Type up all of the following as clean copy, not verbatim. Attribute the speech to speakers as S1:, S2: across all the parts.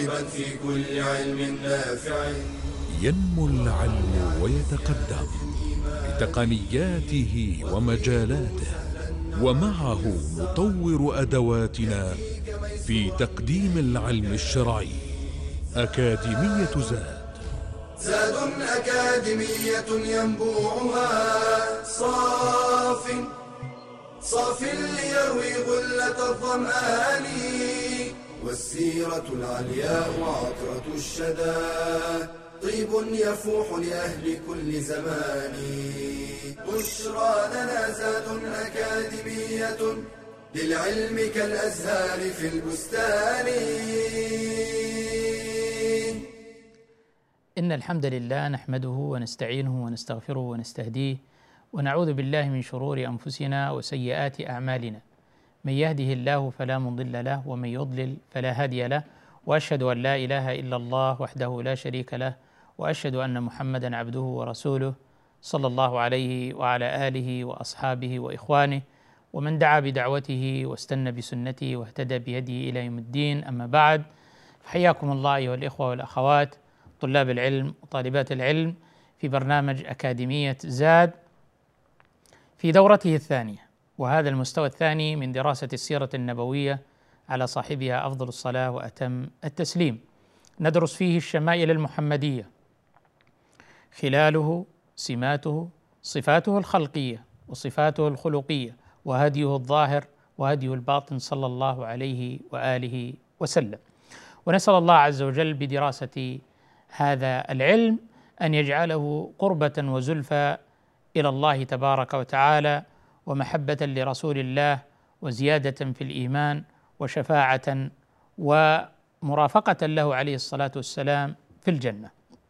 S1: راغبا في كل علم نافع.
S2: ينمو العلم ويتقدم بتقنياته ومجالاته، ومعه نطور أدواتنا في تقديم العلم الشرعي. أكاديمية
S1: زاد أكاديمية ينبوعها صاف ليروي غلة الظمآن، والسيرة العلياء عطرة الشدى طيب يفوح لأهل كل زمان. بشرى لنا زاد أكاديمية للعلم كالأزهار في البستان.
S3: إن الحمد لله نحمده ونستعينه ونستغفره ونستهديه، ونعوذ بالله من شرور أنفسنا وسيئات أعمالنا. من يهده الله فلا مضل له، ومن يضلل فلا هادي له، وأشهد أن لا إله إلا الله وحده لا شريك له، وأشهد أن محمدا عبده ورسوله صلى الله عليه وعلى آله وأصحابه وإخوانه ومن دعا بدعوته واستنى بسنته واهتدى بهديه إلى يوم الدين. أما بعد، فحياكم الله أيها الإخوة والأخوات طلاب العلم وطالبات العلم في برنامج أكاديمية زاد في دورته الثانية، وهذا المستوى الثاني من دراسة السيرة النبوية على صاحبها أفضل الصلاة وأتم التسليم. ندرس فيه الشمائل المحمدية، خلاله سماته، صفاته الخلقية وصفاته الخلقية، وهديه الظاهر وهديه الباطن صلى الله عليه وآله وسلم. ونسأل الله عز وجل بدراسة هذا العلم أن يجعله قربة وزلفى إلى الله تبارك وتعالى، ومحبة لرسول الله، وزيادة في الإيمان، وشفاعة ومرافقة له عليه الصلاة والسلام في الجنة.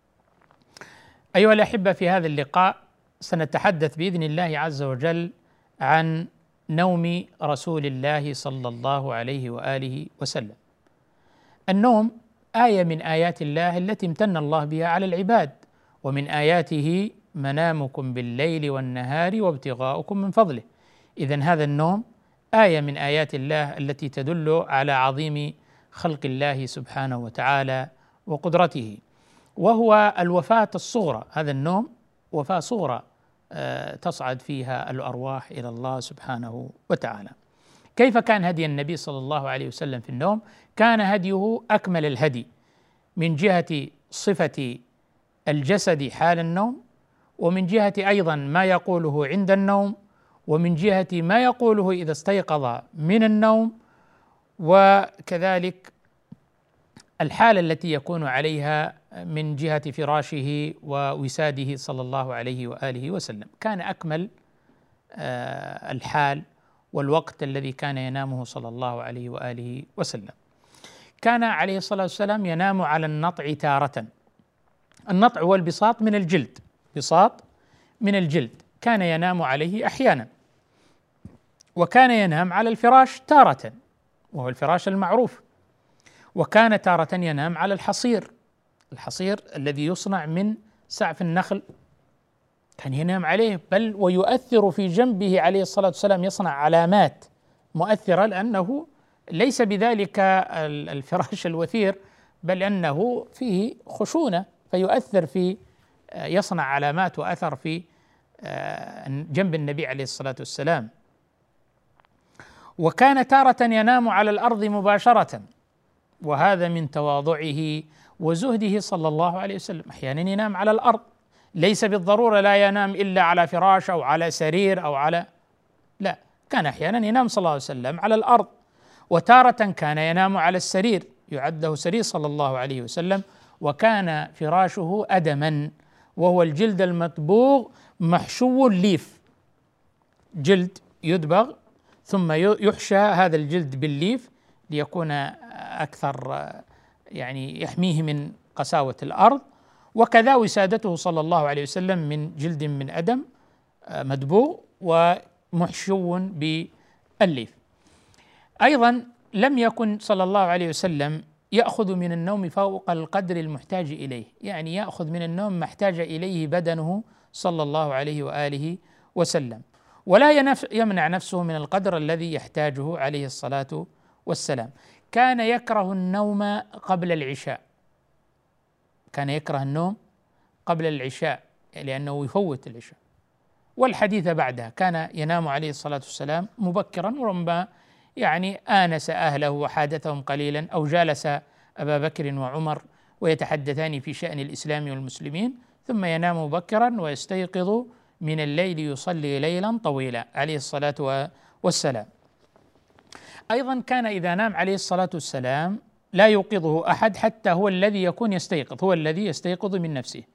S3: أيها الأحبة، في هذا اللقاء سنتحدث بإذن الله عز وجل عن نوم رسول الله صلى الله عليه وآله وسلم. النوم آية من آيات الله التي امتن الله بها على العباد، ومن آياته منامكم بالليل والنهار وابتغاؤكم من فضله. إذن هذا النوم آية من آيات الله التي تدل على عظيم خلق الله سبحانه وتعالى وقدرته، وهو الوفاة الصغرى. هذا النوم وفاة صغرى تصعد فيها الأرواح إلى الله سبحانه وتعالى. كيف كان هدي النبي صلى الله عليه وسلم في النوم؟ كان هديه أكمل الهدي من جهة صفة الجسد حال النوم، ومن جهة أيضا ما يقوله عند النوم، ومن جهة ما يقوله إذا استيقظ من النوم، وكذلك الحالة التي يكون عليها من جهة فراشه ووساده صلى الله عليه وآله وسلم. كان أكمل الحال والوقت الذي كان ينامه صلى الله عليه وآله وسلم. كان عليه الصلاة والسلام ينام على النطع تارة. النطع هو البساط من الجلد، بساط من الجلد كان ينام عليه أحيانا، وكان ينام على الفراش تارة وهو الفراش المعروف، وكان تارة ينام على الحصير الذي يصنع من سعف النخل، كان ينام عليه، بل ويؤثر في جنبه عليه الصلاة والسلام، يصنع علامات مؤثرة، لأنه ليس بذلك الفراش الوثير، بل أنه فيه خشونة فيؤثر في، يصنع علامات وأثر في جنب النبي عليه الصلاة والسلام. وكان تارة ينام على الأرض مباشرة، وهذا من تواضعه وزهده صلى الله عليه وسلم. أحيانا ينام على الأرض، ليس بالضرورة لا ينام إلا على فراش أو على سرير أو على، لا، كان أحيانا ينام صلى الله عليه وسلم على الأرض، وتارة كان ينام على السرير، يعد له سرير صلى الله عليه وسلم. وكان فراشه أدما، وهو الجلد المطبوغ محشو الليف، جلد يدبغ ثم يحشى هذا الجلد بالليف ليكون أكثر، يعني يحميه من قساوة الأرض. وكذا وسادته صلى الله عليه وسلم من جلد من أدم مدبوغ ومحشو بالليف. أيضا لم يكن صلى الله عليه وسلم يأخذ من النوم فوق القدر المحتاج إليه، يعني يأخذ من النوم ما احتاج إليه بدنه صلى الله عليه وآله وسلم، ولا يمنع نفسه من القدر الذي يحتاجه عليه الصلاة والسلام. كان يكره النوم قبل العشاء، كان يكره النوم قبل العشاء لأنه يفوت العشاء، والحديث بعدها كان ينام عليه الصلاة والسلام مبكرا، وربما يعني آنس أهله وحادثهم قليلا، أو جالس أبا بكر وعمر ويتحدثان في شأن الإسلام والمسلمين، ثم ينام مبكرا ويستيقظ من الليل يصلي ليلا طويلا عليه الصلاة والسلام. أيضا كان إذا نام عليه الصلاة والسلام لا يوقظه أحد حتى هو الذي يكون يستيقظ، هو الذي يستيقظ من نفسه،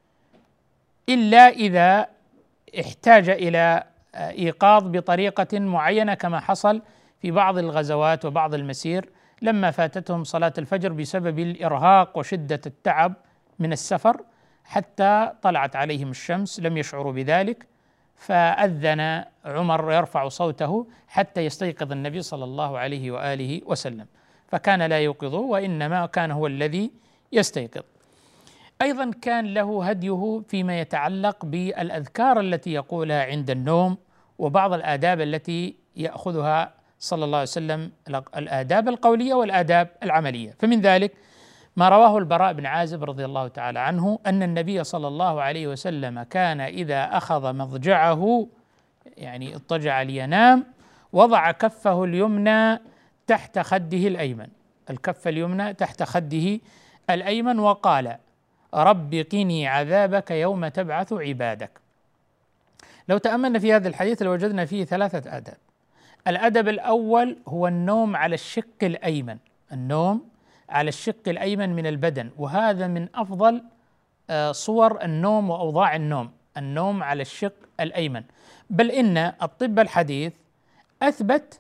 S3: إلا إذا احتاج إلى إيقاظ بطريقة معينة، كما حصل في بعض الغزوات وبعض المسير لما فاتتهم صلاة الفجر بسبب الإرهاق وشدة التعب من السفر حتى طلعت عليهم الشمس، لم يشعروا بذلك، فأذن عمر يرفع صوته حتى يستيقظ النبي صلى الله عليه وآله وسلم، فكان لا يوقظه وإنما كان هو الذي يستيقظ. أيضا كان له هديه فيما يتعلق بالأذكار التي يقولها عند النوم، وبعض الآداب التي يأخذها صلى الله عليه وسلم، الآداب القولية والآداب العملية. فمن ذلك ما رواه البراء بن عازب رضي الله تعالى عنه أن النبي صلى الله عليه وسلم كان إذا أخذ مضجعه، يعني اضطجع لينام، وضع كفه اليمنى تحت خده الأيمن، الكف اليمنى تحت خده الأيمن، وقال: رب قني عذابك يوم تبعث عبادك. لو تأملنا في هذا الحديث لوجدنا فيه 3 آداب. الأدب الأول هو النوم على الشق الأيمن، النوم على الشق الأيمن من البدن، وهذا من أفضل صور النوم وأوضاع النوم، النوم على الشق الأيمن. بل إن الطب الحديث أثبت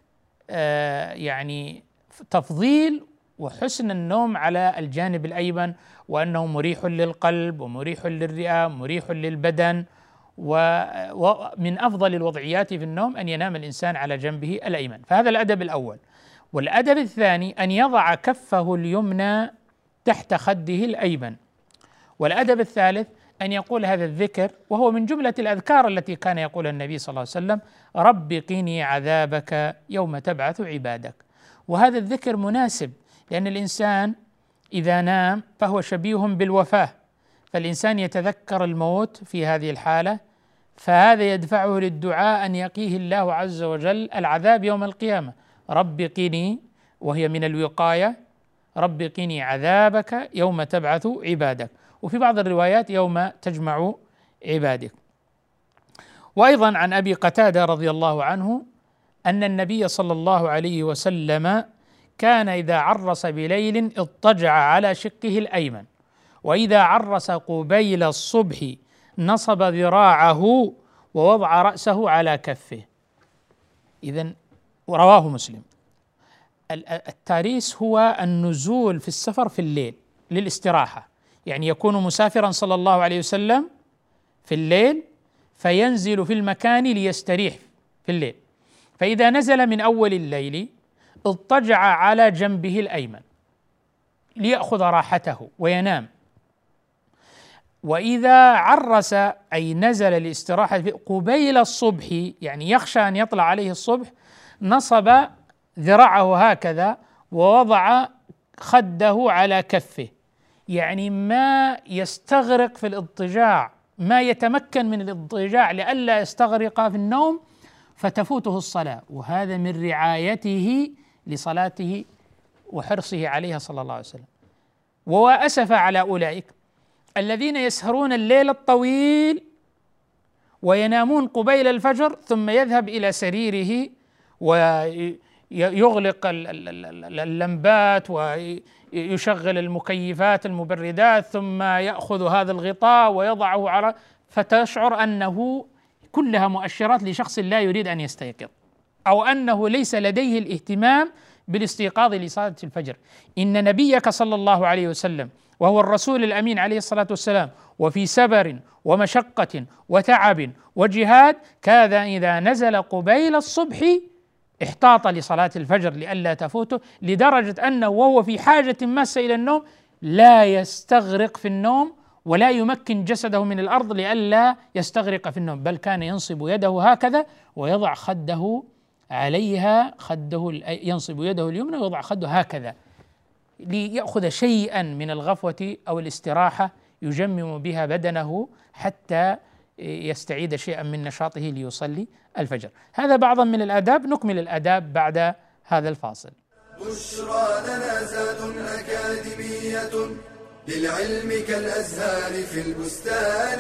S3: يعني تفضيل وحسن النوم على الجانب الأيمن، وأنه مريح للقلب ومريح للرئة مريح للبدن، ومن أفضل الوضعيات في النوم أن ينام الإنسان على جنبه الأيمن. فهذا الأدب الأول. والأدب الثاني أن يضع كفه اليمنى تحت خده الأيمن. والأدب الثالث أن يقول هذا الذكر، وهو من جملة الأذكار التي كان يقولها النبي صلى الله عليه وسلم: رب قني عذابك يوم تبعث عبادك. وهذا الذكر مناسب، لأن الإنسان إذا نام فهو شبيه بالوفاة، فالإنسان يتذكر الموت في هذه الحالة، فهذا يدفعه للدعاء أن يقيه الله عز وجل العذاب يوم القيامة. رب قني، وهي من الوقاية، رب قني عذابك يوم تبعث عبادك، وفي بعض الروايات يوم تجمع عبادك. وأيضا عن أبي قتادة رضي الله عنه أن النبي صلى الله عليه وسلم كان إذا عرس بليل اضطجع على شقه الأيمن، وإذا عرس قبيل الصبح نصب ذراعه ووضع رأسه على كفه. إذن رواه مسلم. التعريس هو النزول في السفر في الليل للاستراحة، يعني يكون مسافرا صلى الله عليه وسلم في الليل فينزل في المكان ليستريح في الليل، فإذا نزل من أول الليل اضطجع على جنبه الأيمن ليأخذ راحته وينام. وإذا عرس أي نزل للاستراحة قبيل الصبح، يعني يخشى أن يطلع عليه الصبح، نصب ذراعه هكذا ووضع خده على كفه، يعني ما يستغرق في الاضطجاع، ما يتمكن من الاضطجاع لئلا يستغرق في النوم فتفوته الصلاة. وهذا من رعايته لصلاته وحرصه عليها صلى الله عليه وسلم. وأسف على أولئك الذين يسهرون الليل الطويل وينامون قبيل الفجر، ثم يذهب إلى سريره ويغلق اللمبات ويشغل المكيفات المبردات، ثم يأخذ هذا الغطاء ويضعه على، فتشعر أنه كلها مؤشرات لشخص لا يريد أن يستيقظ، أو أنه ليس لديه الاهتمام بالاستيقاظ لصلاة الفجر. إن نبيك صلى الله عليه وسلم وهو الرسول الأمين عليه الصلاة والسلام، وفي سبر ومشقة وتعب وجهاد، كان إذا نزل قبيل الصبح احتاط لصلاة الفجر لئلا تفوته، لدرجة أنه وهو في حاجة ماسة إلى النوم لا يستغرق في النوم ولا يمكن جسده من الأرض لئلا يستغرق في النوم، بل كان ينصب يده هكذا ويضع خده عليها خده، ينصب يده اليمنى ويضع خده هكذا ليأخذ شيئا من الغفوة أو الاستراحة يجمم بها بدنه حتى يستعيد شيئا من نشاطه ليصلي الفجر. هذا بعضا من الآداب، نكمل الآداب بعد هذا الفاصل.
S1: بشرى لنا زاد أكاديمية للعلم كالأزهار في البستان.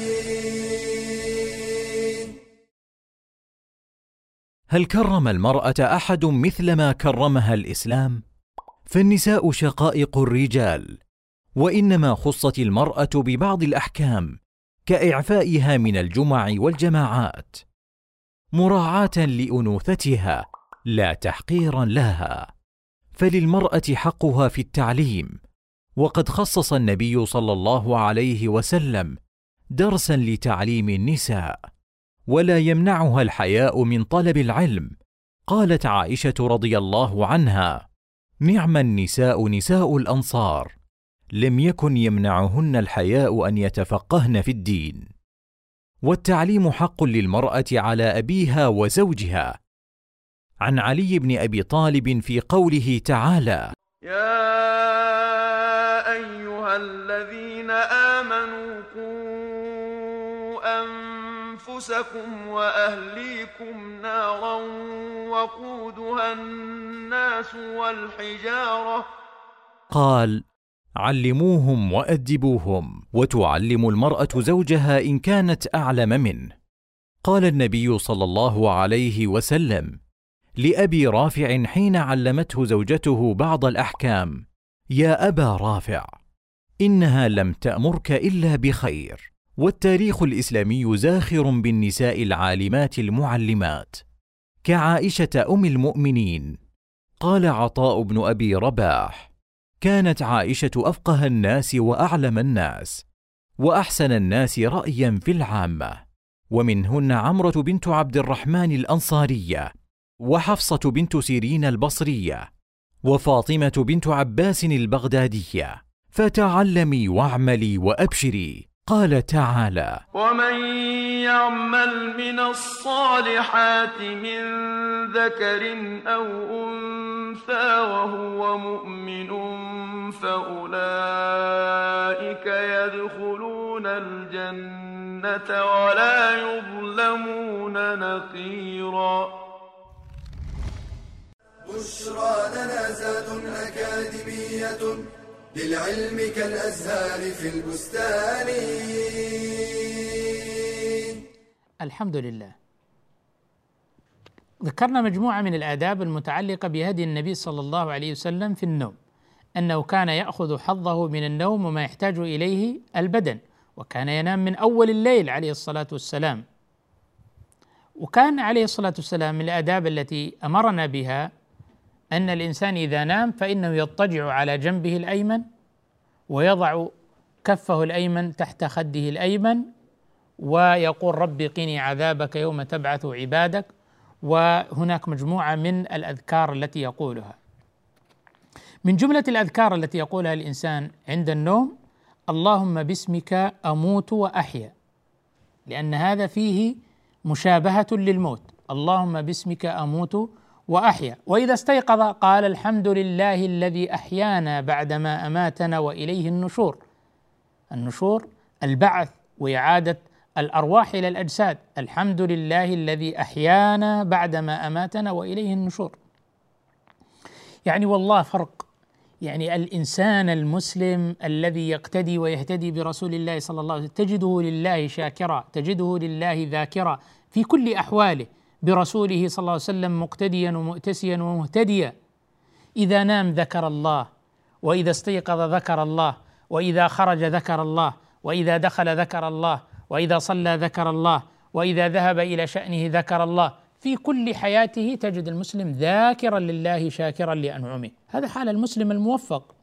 S4: هل كرم المرأة أحد مثلما كرمها الإسلام؟ فالنساء شقائق الرجال، وإنما خصت المرأة ببعض الأحكام كإعفائها من الجمع والجماعات مراعاة لأنوثتها لا تحقيرا لها، فللمرأة حقها في التعليم، وقد خصص النبي صلى الله عليه وسلم درسا لتعليم النساء، ولا يمنعها الحياء من طلب العلم. قالت عائشة رضي الله عنها: نعم النساء نساء الأنصار، لم يكن يمنعهن الحياء أن يتفقهن في الدين. والتعليم حق للمرأة على أبيها وزوجها. عن علي بن أبي طالب في قوله تعالى:
S5: يا أيها الذين آمنوا قوا أنفسكم وأهليكم نارا وقودها الناس والحجارة.
S4: قال: علموهم وأدبوهم. وتعلم المرأة زوجها إن كانت أعلم منه. قال النبي صلى الله عليه وسلم لأبي رافع حين علمته زوجته بعض الأحكام: يا أبا رافع، إنها لم تأمرك إلا بخير. والتاريخ الإسلامي زاخر بالنساء العالمات المعلمات كعائشة أم المؤمنين. قال عطاء بن أبي رباح: كانت عائشة أفقه الناس وأعلم الناس وأحسن الناس رأيا في العامة، ومنهن عمرة بنت عبد الرحمن الأنصارية، وحفصة بنت سيرين البصرية، وفاطمة بنت عباس البغدادية. فتعلمي واعملي وأبشري. قال تعالى:
S5: ومن يعمل من الصالحات من ذكر أو أنثى وهو مؤمن فأولئك يدخلون الجنة ولا يظلمون نقيرا.
S1: بشرى لنا زاد أكاديمية للعلم كالأزهار في البستان.
S3: الحمد لله. ذكرنا مجموعة من الآداب المتعلقة بهدي النبي صلى الله عليه وسلم في النوم، أنه كان يأخذ حظه من النوم وما يحتاج إليه البدن، وكان ينام من أول الليل عليه الصلاة والسلام. وكان عليه الصلاة والسلام من الآداب التي أمرنا بها أن الإنسان إذا نام فإنه يضطجع على جنبه الأيمن ويضع كفه الأيمن تحت خده الأيمن ويقول: رب قني عذابك يوم تبعث عبادك. وهناك مجموعة من الأذكار التي يقولها. من جملة الأذكار التي يقولها الإنسان عند النوم: اللهم باسمك أموت وأحيا، لأن هذا فيه مشابهة للموت. اللهم باسمك أموت وأحيا. وإذا استيقظ قال: الحمد لله الذي أحيانا بعدما أماتنا وإليه النشور. النشور البعث وإعادة الأرواح إلى الأجساد. الحمد لله الذي أحيانا بعدما أماتنا وإليه النشور. يعني والله فرق، يعني الإنسان المسلم الذي يقتدي ويهتدي برسول الله صلى الله عليه وسلم تجده لله شاكرا، تجده لله ذاكرا في كل أحواله، برسوله صلى الله عليه وسلم مقتديا ومؤتسيا ومهتديا. إذا نام ذكر الله، وإذا استيقظ ذكر الله، وإذا خرج ذكر الله، وإذا دخل ذكر الله، وإذا صلى ذكر الله، وإذا ذهب إلى شأنه ذكر الله. في كل حياته تجد المسلم ذاكرا لله شاكرا لأنعمه. هذا حال المسلم الموفق.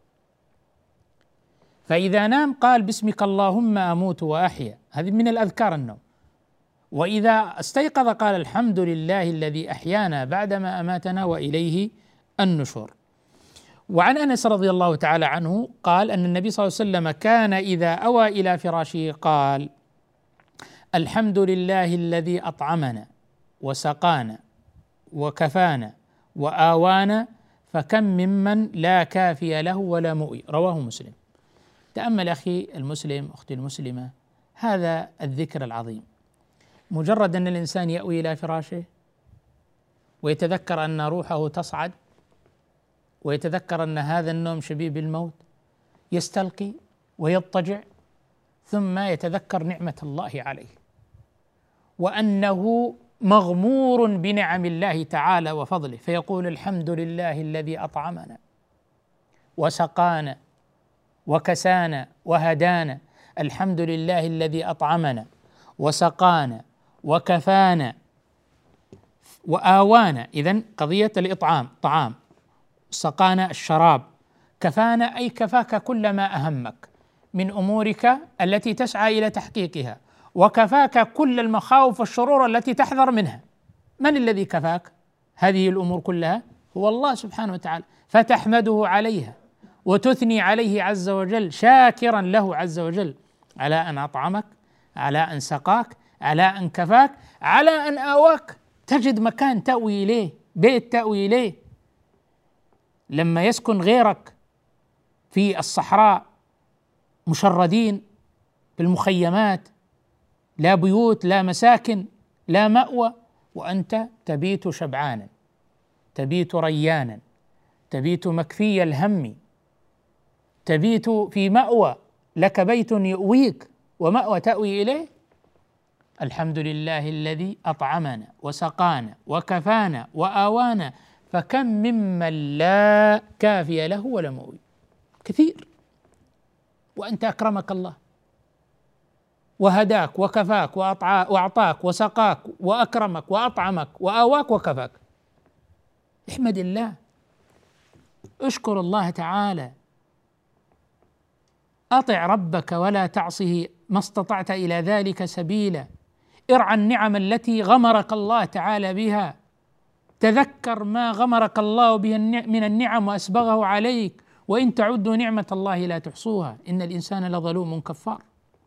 S3: فإذا نام قال: باسمك اللهم أموت وأحيا، هذه من الأذكار النوم. وإذا استيقظ قال: الحمد لله الذي أحيانا بعدما أماتنا وإليه النشور. وعن أنس رضي الله تعالى عنه قال أن النبي صلى الله عليه وسلم كان إذا أوى إلى فراشه قال: الحمد لله الذي أطعمنا وسقانا وكفانا وآوانا فكم ممن لا كافي له ولا مؤوي. رواه مسلم. تأمل أخي المسلم، أختي المسلمة، هذا الذكر العظيم. مجرد أن الإنسان يأوي إلى فراشه ويتذكر أن روحه تصعد ويتذكر أن هذا النوم شبيه بالموت، يستلقي ويضطجع، ثم يتذكر نعمة الله عليه وأنه مغمور بنعم الله تعالى وفضله، فيقول الحمد لله الذي أطعمنا وسقانا وكسانا وهدانا، الحمد لله الذي أطعمنا وسقانا وكفانا وآوانا. إذن قضية الإطعام طعام، سقانا الشراب، كفانا أي كفاك كل ما أهمك من أمورك التي تسعى إلى تحقيقها، وكفاك كل المخاوف والشرور التي تحذر منها. من الذي كفاك هذه الأمور كلها؟ هو الله سبحانه وتعالى، فتحمده عليها وتثني عليه عز وجل، شاكرا له عز وجل على أن أطعمك، على أن سقاك، على أن كفاك، على أن آواك. تجد مكان تأوي إليه، بيت تأوي إليه. لما يسكن غيرك في الصحراء مشردين بالمخيمات، لا بيوت لا مساكن لا مأوى، وأنت تبيت شبعانا، تبيت ريانا، تبيت مكفي الهم، تبيت في مأوى، لك بيت يؤويك ومأوى تأوي إليه. الحمد لله الذي أطعمنا وسقانا وكفانا وآوانا فكم ممن لا كافي له ولا مؤوي. كثير، وأنت أكرمك الله وهداك وكفاك وأعطاك وسقاك وأكرمك وأطعمك وآواك وكفاك. احمد الله، اشكر الله تعالى، أطع ربك ولا تعصه ما استطعت إلى ذلك سبيلا، ارعى النعم التي غمرك الله تعالى بها، تذكر ما غمرك الله به من النعم وأسبغه عليك، وإن تعدوا نعمة الله لا تحصوها إن الإنسان لظلوم كفار.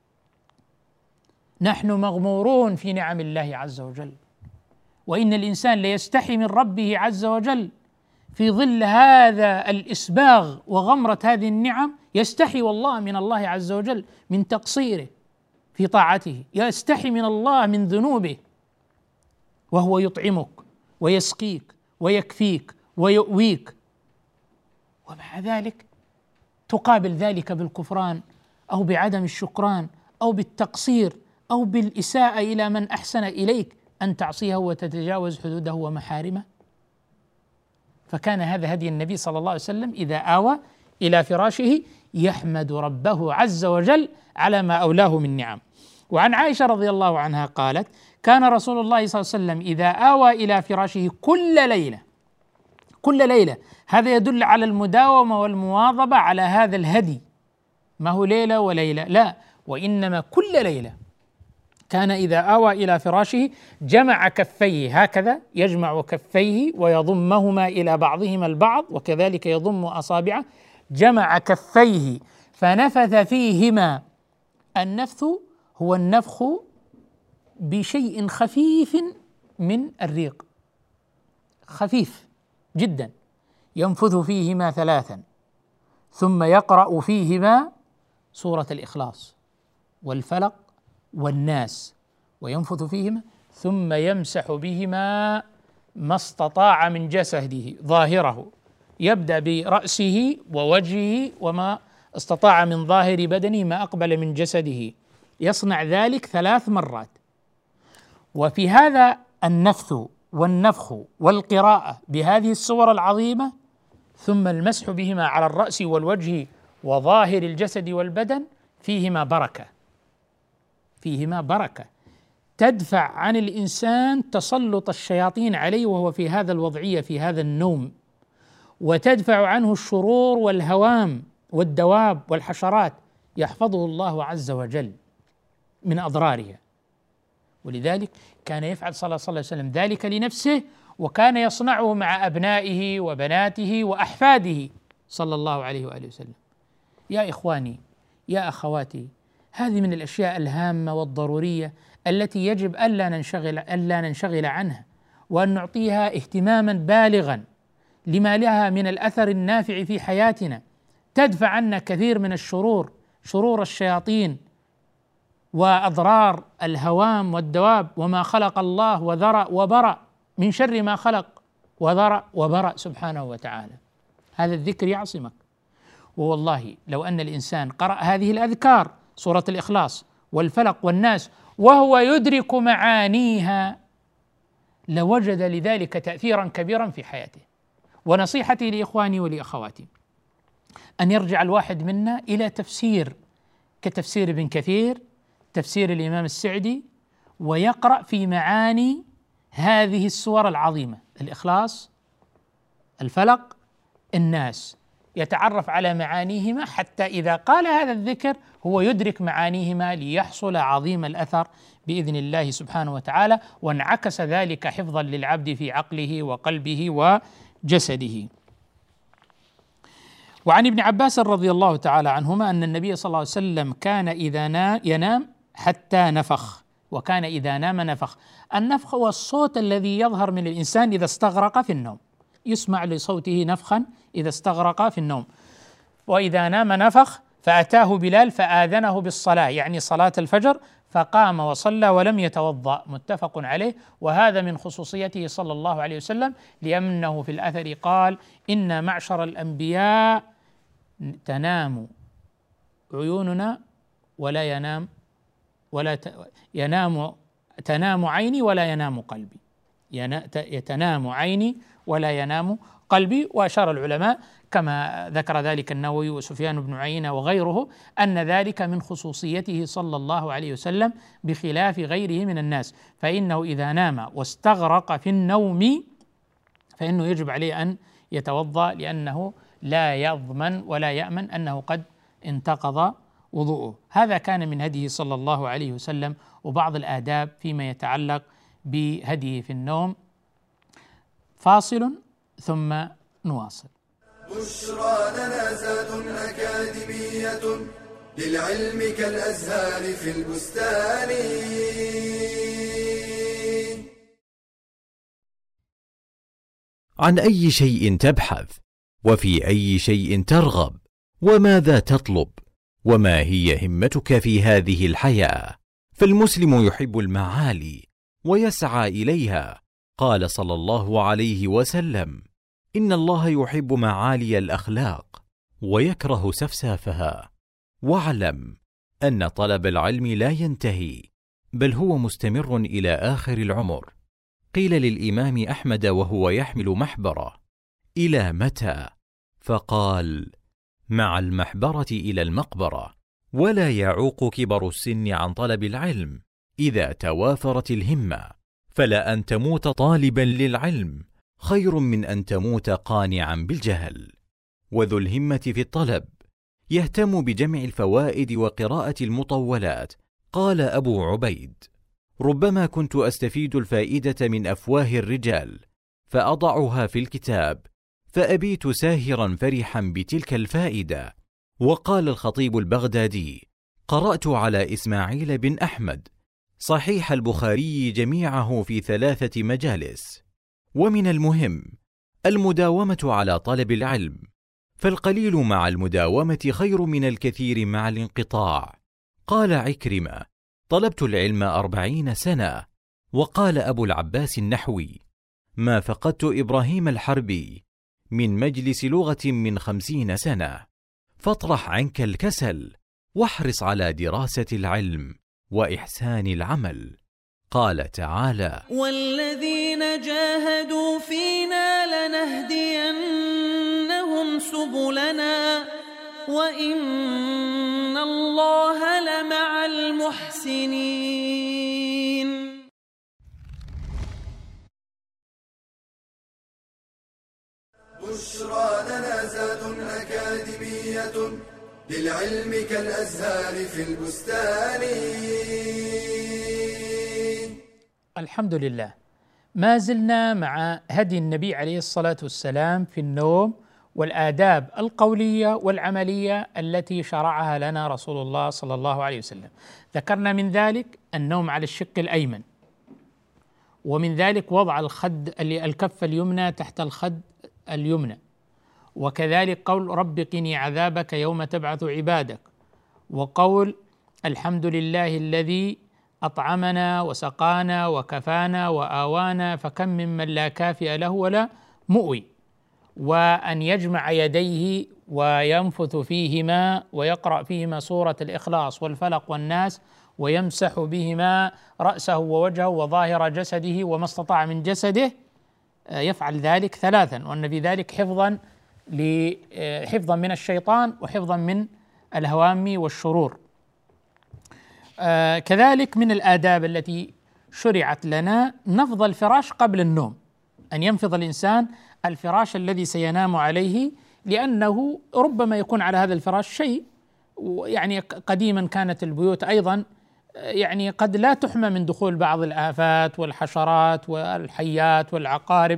S3: نحن مغمورون في نعم الله عز وجل، وإن الإنسان ليستحي من ربه عز وجل في ظل هذا الإسباغ وغمرة هذه النعم، يستحي والله من الله عز وجل من تقصيره في طاعته، يستحي من الله من ذنوبه، وهو يطعمك ويسقيك ويكفيك ويؤويك، ومع ذلك تقابل ذلك بالكفران أو بعدم الشكران أو بالتقصير أو بالإساءة إلى من أحسن إليك، أن تعصيه وتتجاوز حدوده ومحارمه. فكان هذا هدي النبي صلى الله عليه وسلم إذا آوى إلى فراشه يحمد ربه عز وجل على ما أولاه من نعم. وعن عائشة رضي الله عنها قالت: كان رسول الله صلى الله عليه وسلم إذا آوى إلى فراشه كل ليلة، هذا يدل على المداومة والمواظبة على هذا الهدي، ما هو ليلة وليلة، لا، وإنما كل ليلة كان إذا آوى إلى فراشه جمع كفيه، هكذا يجمع كفيه ويضمهما إلى بعضهما البعض، وكذلك يضم أصابعه، جمع كفيه فنفث فيهما. النفث هو النفخ بشيء خفيف من الريق، خفيف جدا، ينفث فيهما 3 ثم يقرأ فيهما سورة الإخلاص والفلق والناس، وينفث فيهما ثم يمسح بهما ما استطاع من جسده ظاهره، يبدأ برأسه ووجهه وما استطاع من ظاهر بدنه ما أقبل من جسده، يصنع ذلك 3 مرات. وفي هذا النفث والنفخ والقراءة بهذه السور العظيمة ثم المسح بهما على الرأس والوجه وظاهر الجسد والبدن فيهما بركة تدفع عن الإنسان تسلط الشياطين عليه وهو في هذا الوضعية، في هذا النوم، وتدفع عنه الشرور والهوام والدواب والحشرات، يحفظه الله عز وجل من أضرارها. ولذلك كان يفعل صلى الله عليه وسلم ذلك لنفسه، وكان يصنعه مع أبنائه وبناته وأحفاده صلى الله عليه وآله وسلم. يا إخواني، يا أخواتي، هذه من الأشياء الهامة والضرورية التي يجب ألا ننشغل عنها، وأن نعطيها اهتماما بالغا لما لها من الأثر النافع في حياتنا، تدفع عنا كثير من الشرور، شرور الشياطين وأضرار الهوام والدواب، وما خلق الله وذرأ وبرأ من شر ما خلق وذرأ وبرأ سبحانه وتعالى. هذا الذكر يعصمك. ووالله لو أن الإنسان قرأ هذه الأذكار، سورة الإخلاص والفلق والناس، وهو يدرك معانيها، لوجد لذلك تأثيرا كبيرا في حياته. ونصيحتي لإخواني ولأخواتي أن يرجع الواحد منا إلى تفسير كتفسير ابن كثير، تفسير الإمام السعدي، ويقرأ في معاني هذه السور العظيمة: الإخلاص، الفلق، الناس، يتعرف على معانيهما حتى إذا قال هذا الذكر هو يدرك معانيهما ليحصل عظيم الأثر بإذن الله سبحانه وتعالى، وانعكس ذلك حفظا للعبد في عقله وقلبه وجسده. وعن ابن عباس رضي الله تعالى عنهما أن النبي صلى الله عليه وسلم كان إذا ينام حتى نفخ، وكان إذا نام نفخ. النفخ هو الصوت الذي يظهر من الإنسان إذا استغرق في النوم، يسمع لصوته نفخا إذا استغرق في النوم. وإذا نام نفخ، فأتاه بلال فآذنه بالصلاة، يعني صلاة الفجر، فقام وصلى ولم يتوضأ، متفق عليه. وهذا من خصوصيته صلى الله عليه وسلم، لأنه في الأثر قال: إن معشر الأنبياء تنام عيوننا ولا ينام تنام عيني ولا ينام قلبي، يتنام عيني ولا ينام قلبي. وأشار العلماء كما ذكر ذلك النووي وسفيان بن عيينة وغيره أن ذلك من خصوصيته صلى الله عليه وسلم بخلاف غيره من الناس، فإنه إذا نام واستغرق في النوم فإنه يجب عليه أن يتوضأ، لأنه لا يضمن ولا يأمن أنه قد انتقض وضوءه. هذا كان من هديه صلى الله عليه وسلم، وبعض الآداب فيما يتعلق بهديه في النوم. فاصل ثم نواصل.
S1: بشرى لنا زاد أكاديمية للعلم كالأزهار في البستان.
S4: عن أي شيء تبحث؟ وفي أي شيء ترغب؟ وماذا تطلب؟ وما هي همتك في هذه الحياة؟ فالمسلم يحب المعالي ويسعى إليها. قال صلى الله عليه وسلم: إن الله يحب معالي الأخلاق ويكره سفسافها. واعلم أن طلب العلم لا ينتهي، بل هو مستمر إلى آخر العمر. قيل للإمام أحمد وهو يحمل محبرة: إلى متى؟ فقال: مع المحبرة إلى المقبرة. ولا يعوق كبر السن عن طلب العلم إذا توافرت الهمة، فلا أن تموت طالبا للعلم خير من أن تموت قانعا بالجهل. وذو الهمة في الطلب يهتم بجمع الفوائد وقراءة المطولات. قال أبو عبيد: ربما كنت أستفيد الفائدة من أفواه الرجال فأضعها في الكتاب، فأبيت ساهرا فرحا بتلك الفائدة. وقال الخطيب البغدادي: قرأت على إسماعيل بن أحمد صحيح البخاري جميعه في 3 مجالس. ومن المهم المداومة على طلب العلم، فالقليل مع المداومة خير من الكثير مع الانقطاع. قال عكرمة: طلبت العلم 40 سنة. وقال أبو العباس النحوي: ما فقدت إبراهيم الحربي من مجلس لغة من 50 سنة. فاطرح عنك الكسل واحرص على دراسة العلم وإحسان العمل. قال تعالى:
S6: والذين جاهدوا فينا لنهدينهم سبلنا وإن الله لمع المحسنين.
S1: بشرى لنا زاد أكاديمية للعلم كالأزهار في البستان.
S3: الحمد لله، ما زلنا مع هدي النبي عليه الصلاة والسلام في النوم والآداب القولية والعملية التي شرعها لنا رسول الله صلى الله عليه وسلم. ذكرنا من ذلك النوم على الشق الأيمن، ومن ذلك وضع الكف اليمنى تحت الخد اليمنى، وكذلك قول رب قني عذابك يوم تبعث عبادك، وقول الحمد لله الذي أطعمنا وسقانا وكفانا وآوانا فكم ممن لا كافئ له ولا مؤوي، وأن يجمع يديه وينفث فيهما ويقرأ فيهما سورة الإخلاص والفلق والناس ويمسح بهما رأسه ووجهه وظاهر جسده وما استطاع من جسده، يفعل ذلك 3، وأن في ذلك حفظا من الشيطان وحفظا من الهوام والشرور. كذلك من الآداب التي شرعت لنا نفض الفراش قبل النوم، أن ينفض الإنسان الفراش الذي سينام عليه، لأنه ربما يكون على هذا الفراش شيء، يعني قديما كانت البيوت أيضا يعني قد لا تحمى من دخول بعض الآفات والحشرات والحيات والعقارب،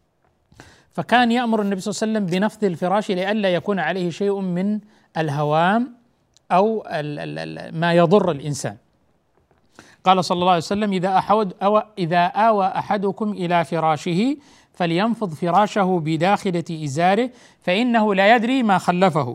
S3: فكان يأمر النبي صلى الله عليه وسلم بنفض الفراش لئلا يكون عليه شيء من الهوام أو ما يضر الإنسان. قال صلى الله عليه وسلم إذا آوى أحدكم إلى فراشه فلينفض فراشه بداخلة إزاره فإنه لا يدري ما خلفه،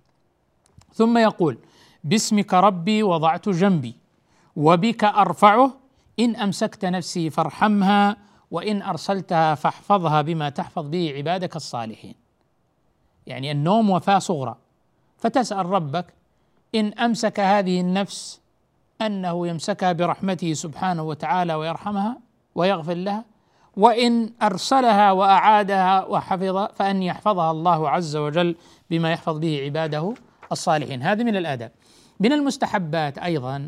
S3: ثم يقول باسمك ربي وضعت جنبي وبك أرفعه، إن أمسكت نفسي فارحمها وإن أرسلتها فاحفظها بما تحفظ به عبادك الصالحين. يعني النوم وفاة صغرى، فتسأل ربك إن أمسك هذه النفس أنه يمسكها برحمته سبحانه وتعالى ويرحمها ويغفر لها، وإن أرسلها وأعادها وحفظها فأن يحفظها الله عز وجل بما يحفظ به عباده الصالحين. هذه من الآداب. من المستحبات أيضا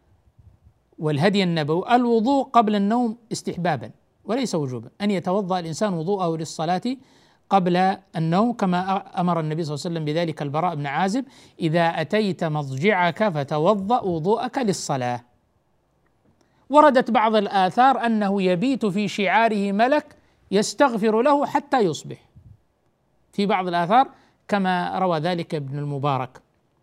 S3: والهدي النبوي الوضوء قبل النوم استحبابا وليس وجوبا، أن يتوضأ الإنسان وضوءه للصلاة قبل النوم، كما أمر النبي صلى الله عليه وسلم بذلك البراء بن عازب: إذا أتيت مضجعك فتوضأ وضوءك للصلاة. وردت بعض الآثار أنه يبيت في شعاره ملك يستغفر له حتى يصبح، في بعض الآثار كما روى ذلك ابن المبارك.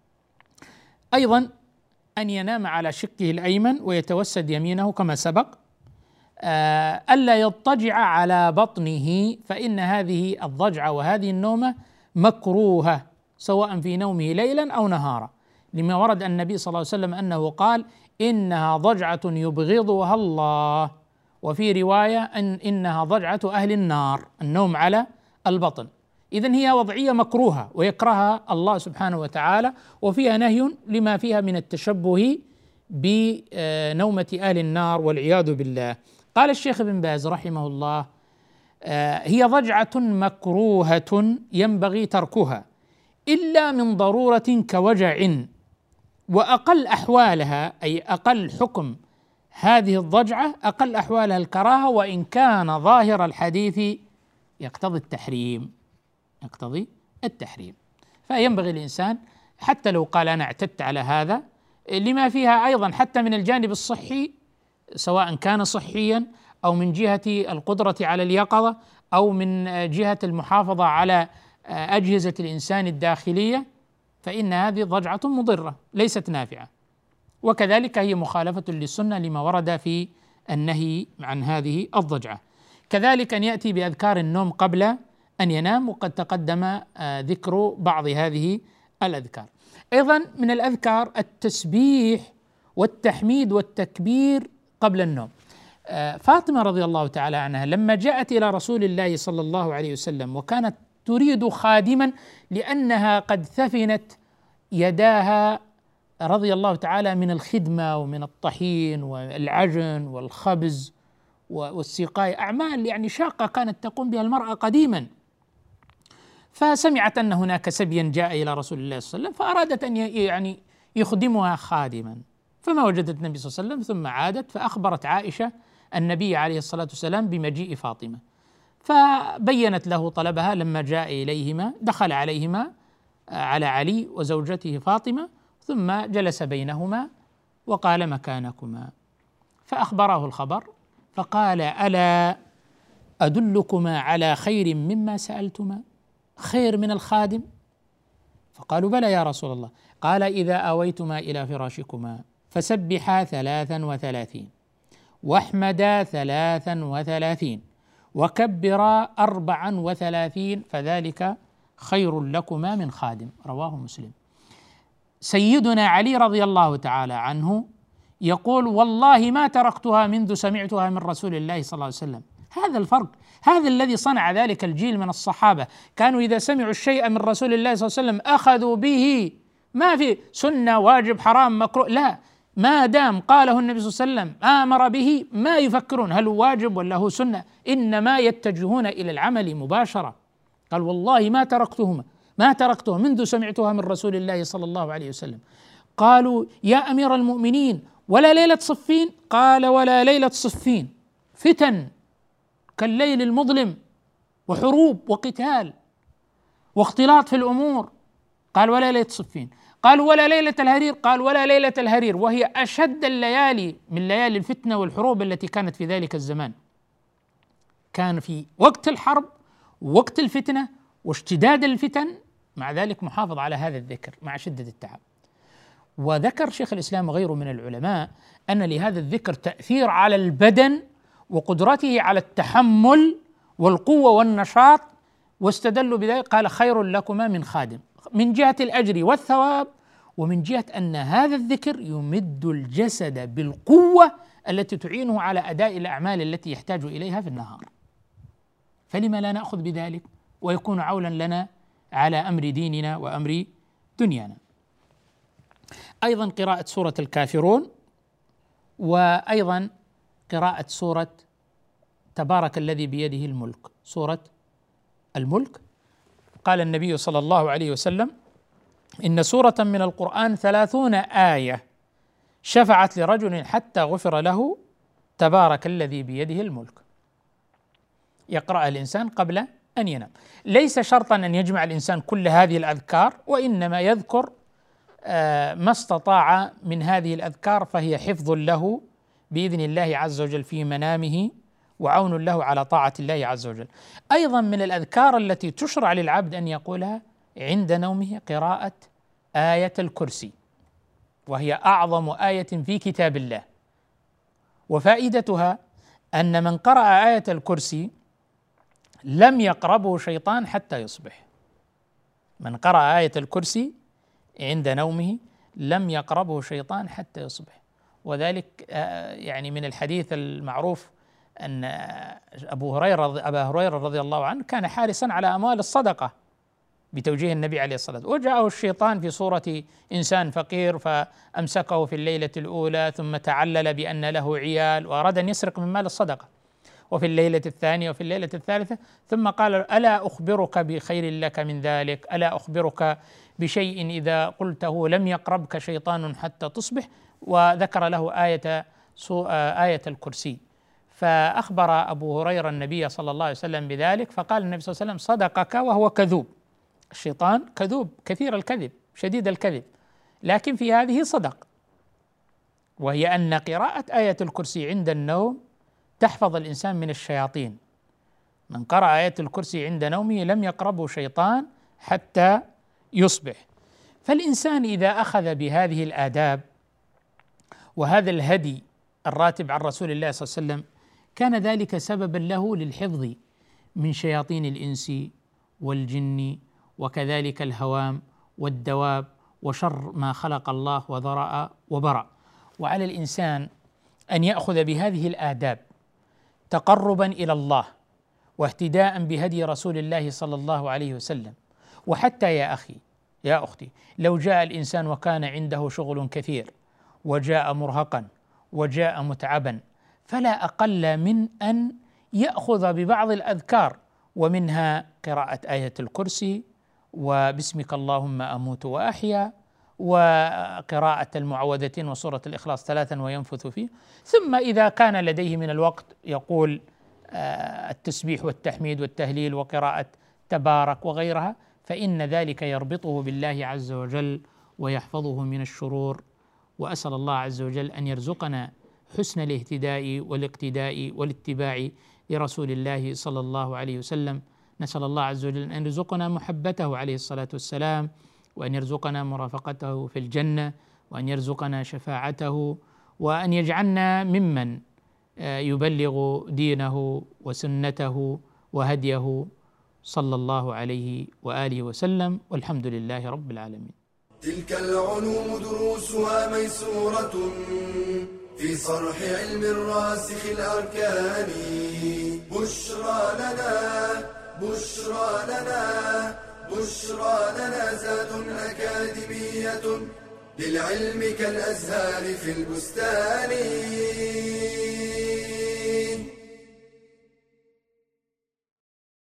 S3: أيضا أن ينام على شقه الأيمن ويتوسد يمينه كما سبق، ألا يضطجع على بطنه، فإن هذه الضجعة وهذه النومة مكروهة سواء في نومه ليلا أو نهارا، لما ورد أن النبي صلى الله عليه وسلم أنه قال: إنها ضجعة يبغضها الله، وفي رواية إنها ضجعة أهل النار، النوم على البطن. إذن هي وضعية مكروهة ويكرهها الله سبحانه وتعالى، وفيها نهي لما فيها من التشبه بنومة أهل النار والعياذ بالله. قال الشيخ ابن باز رحمه الله: هي ضجعة مكروهة ينبغي تركها إلا من ضرورة كوجع، وأقل أحوالها أي أقل حكم هذه الضجعة أقل أحوالها الكراهة، وإن كان ظاهر الحديث يقتضي التحريم، فينبغي الإنسان حتى لو قال أنا اعتدت على هذا، لما فيها أيضا حتى من الجانب الصحي، سواء كان صحيا أو من جهة القدرة على اليقظة أو من جهة المحافظة على أجهزة الإنسان الداخلية، فإن هذه ضجعة مضرة ليست نافعة، وكذلك هي مخالفة للسنة لما ورد في النهي عن هذه الضجعة. كذلك أن يأتي بأذكار النوم قبل أن ينام، وقد تقدم ذكر بعض هذه الأذكار. أيضا من الأذكار التسبيح والتحميد والتكبير قبل النوم. فاطمة رضي الله تعالى عنها لما جاءت إلى رسول الله صلى الله عليه وسلم وكانت تريد خادما لأنها قد ثفنت يداها رضي الله تعالى من الخدمة ومن الطحين والعجن والخبز والسقاية، أعمال يعني شاقة كانت تقوم بها المرأة قديما. فسمعت أن هناك سبيا جاء إلى رسول الله صلى الله عليه وسلم، فأرادت أن يعني يخدمها خادما، فما وجدت النبي صلى الله عليه وسلم، ثم عادت فأخبرت عائشة النبي عليه الصلاة والسلام بمجيء فاطمة، فبينت له طلبها. لما جاء إليهما دخل عليهما على علي وزوجته فاطمة، ثم جلس بينهما وقال: مكانكما، فأخبره الخبر، فقال: ألا أدلكما على خير مما سألتما، خير من الخادم؟ فقالوا: بلى يا رسول الله. قال: إذا آويتما إلى فراشكما فسبحا 33 واحمدا 33 وكبرا 34 فذلك خير لكما من خادم. رواه مسلم. سيدنا علي رضي الله تعالى عنه يقول: والله ما تركتها منذ سمعتها من رسول الله صلى الله عليه وسلم. هذا الفرق، هذا الذي صنع ذلك الجيل من الصحابة، كانوا إذا سمعوا الشيء من رسول الله صلى الله عليه وسلم أخذوا به، ما في سنة واجب حرام مكروه، لا، ما دام قاله النبي صلى الله عليه وسلم آمر به ما يفكرون هل هو واجب ولا هو سنة، إنما يتجهون إلى العمل مباشرة. قال: والله ما تركتها منذ سمعتها من رسول الله صلى الله عليه وسلم. قالوا: يا أمير المؤمنين ولا ليلة صفين؟ قال: ولا ليلة صفين، فتن كالليل المظلم وحروب وقتال واختلاط في الأمور. قال: ولا ليلة صفين. قال: ولا ليلة الهرير؟ قال: ولا ليلة الهرير، وهي أشد الليالي من ليالي الفتنة والحروب التي كانت في ذلك الزمان. كان في وقت الحرب ووقت الفتنة واشتداد الفتن، مع ذلك محافظ على هذا الذكر مع شدة التعب. وذكر شيخ الإسلام وغيره من العلماء أن لهذا الذكر تأثير على البدن وقدرته على التحمل والقوة والنشاط، واستدلوا بذلك. قال: خير لكما من خادم، من جهة الأجر والثواب، ومن جهة أن هذا الذكر يمد الجسد بالقوة التي تعينه على أداء الأعمال التي يحتاج إليها في النهار. فلما لا نأخذ بذلك ويكون عولا لنا على أمر ديننا وأمر دنيانا. أيضا قراءة سورة الكافرون، وأيضا قراءة سورة تبارك الذي بيده الملك، سورة الملك. قال النبي صلى الله عليه وسلم: إن سورة من القرآن 30 آية شفعت لرجل حتى غفر له تبارك الذي بيده الملك. يقرأ الإنسان قبل أن ينام. ليس شرطا أن يجمع الإنسان كل هذه الأذكار، وإنما يذكر ما استطاع من هذه الأذكار، فهي حفظ له بإذن الله عز وجل في منامه وعون له على طاعة الله عز وجل. أيضا من الأذكار التي تشرع للعبد أن يقولها عند نومه قراءة آية الكرسي، وهي أعظم آية في كتاب الله. وفائدتها أن من قرأ آية الكرسي لم يقربه شيطان حتى يصبح. من قرأ آية الكرسي عند نومه لم يقربه شيطان حتى يصبح. وذلك يعني من الحديث المعروف أن أبا هريرة رضي الله عنه كان حارسا على أموال الصدقة بتوجيه النبي عليه الصلاة والسلام، وجاءه الشيطان في صورة إنسان فقير فأمسكه في الليلة الأولى، ثم تعلل بأن له عيال وأراد أن يسرق من مال الصدقة، وفي الليلة الثانية وفي الليلة الثالثة، ثم قال: ألا أخبرك بخير لك من ذلك؟ ألا أخبرك بشيء إذا قلته لم يقربك شيطان حتى تصبح؟ وذكر له آية الكرسي. فأخبر أبو هريرة النبي صلى الله عليه وسلم بذلك، فقال النبي صلى الله عليه وسلم: صدقك وهو كذوب. الشيطان كذوب كثير الكذب شديد الكذب، لكن في هذه صدق، وهي أن قراءة آية الكرسي عند النوم تحفظ الإنسان من الشياطين. من قرأ آية الكرسي عند نومه لم يقربه شيطان حتى يصبح. فالإنسان إذا أخذ بهذه الآداب وهذا الهدي الراتب عن رسول الله صلى الله عليه وسلم، كان ذلك سببا له للحفظ من شياطين الإنس والجن، وكذلك الهوام والدواب وشر ما خلق الله وذرأ وبرأ. وعلى الإنسان أن يأخذ بهذه الآداب تقربا إلى الله واهتداء بهدي رسول الله صلى الله عليه وسلم. وحتى يا أخي يا أختي، لو جاء الإنسان وكان عنده شغل كثير وجاء مرهقا وجاء متعبا، فلا أقل من أن يأخذ ببعض الأذكار، ومنها قراءة آية الكرسي، وبسمك اللهم أموت وأحيا، وقراءة المعوذتين وسورة الإخلاص 3 وينفث فيه. ثم إذا كان لديه من الوقت يقول التسبيح والتحميد والتهليل وقراءة تبارك وغيرها، فإن ذلك يربطه بالله عز وجل ويحفظه من الشرور. وأسأل الله عز وجل أن يرزقنا حسن الاهتداء والاقتداء والاتباع لرسول الله صلى الله عليه وسلم. نسأل الله عز وجل أن يرزقنا محبته عليه الصلاة والسلام، وأن يرزقنا مرافقته في الجنة، وأن يرزقنا شفاعته، وأن يجعلنا ممن يبلغ دينه وسنته وهديه صلى الله عليه وآله وسلم، والحمد لله رب العالمين.
S1: تلك العلوم دروسها ميسورة في صرح علم الراسخ الأركان. بشرى لنا بشرى لنا بشرى لنا زاد أكاديمية للعلم كالأزهار في البستان.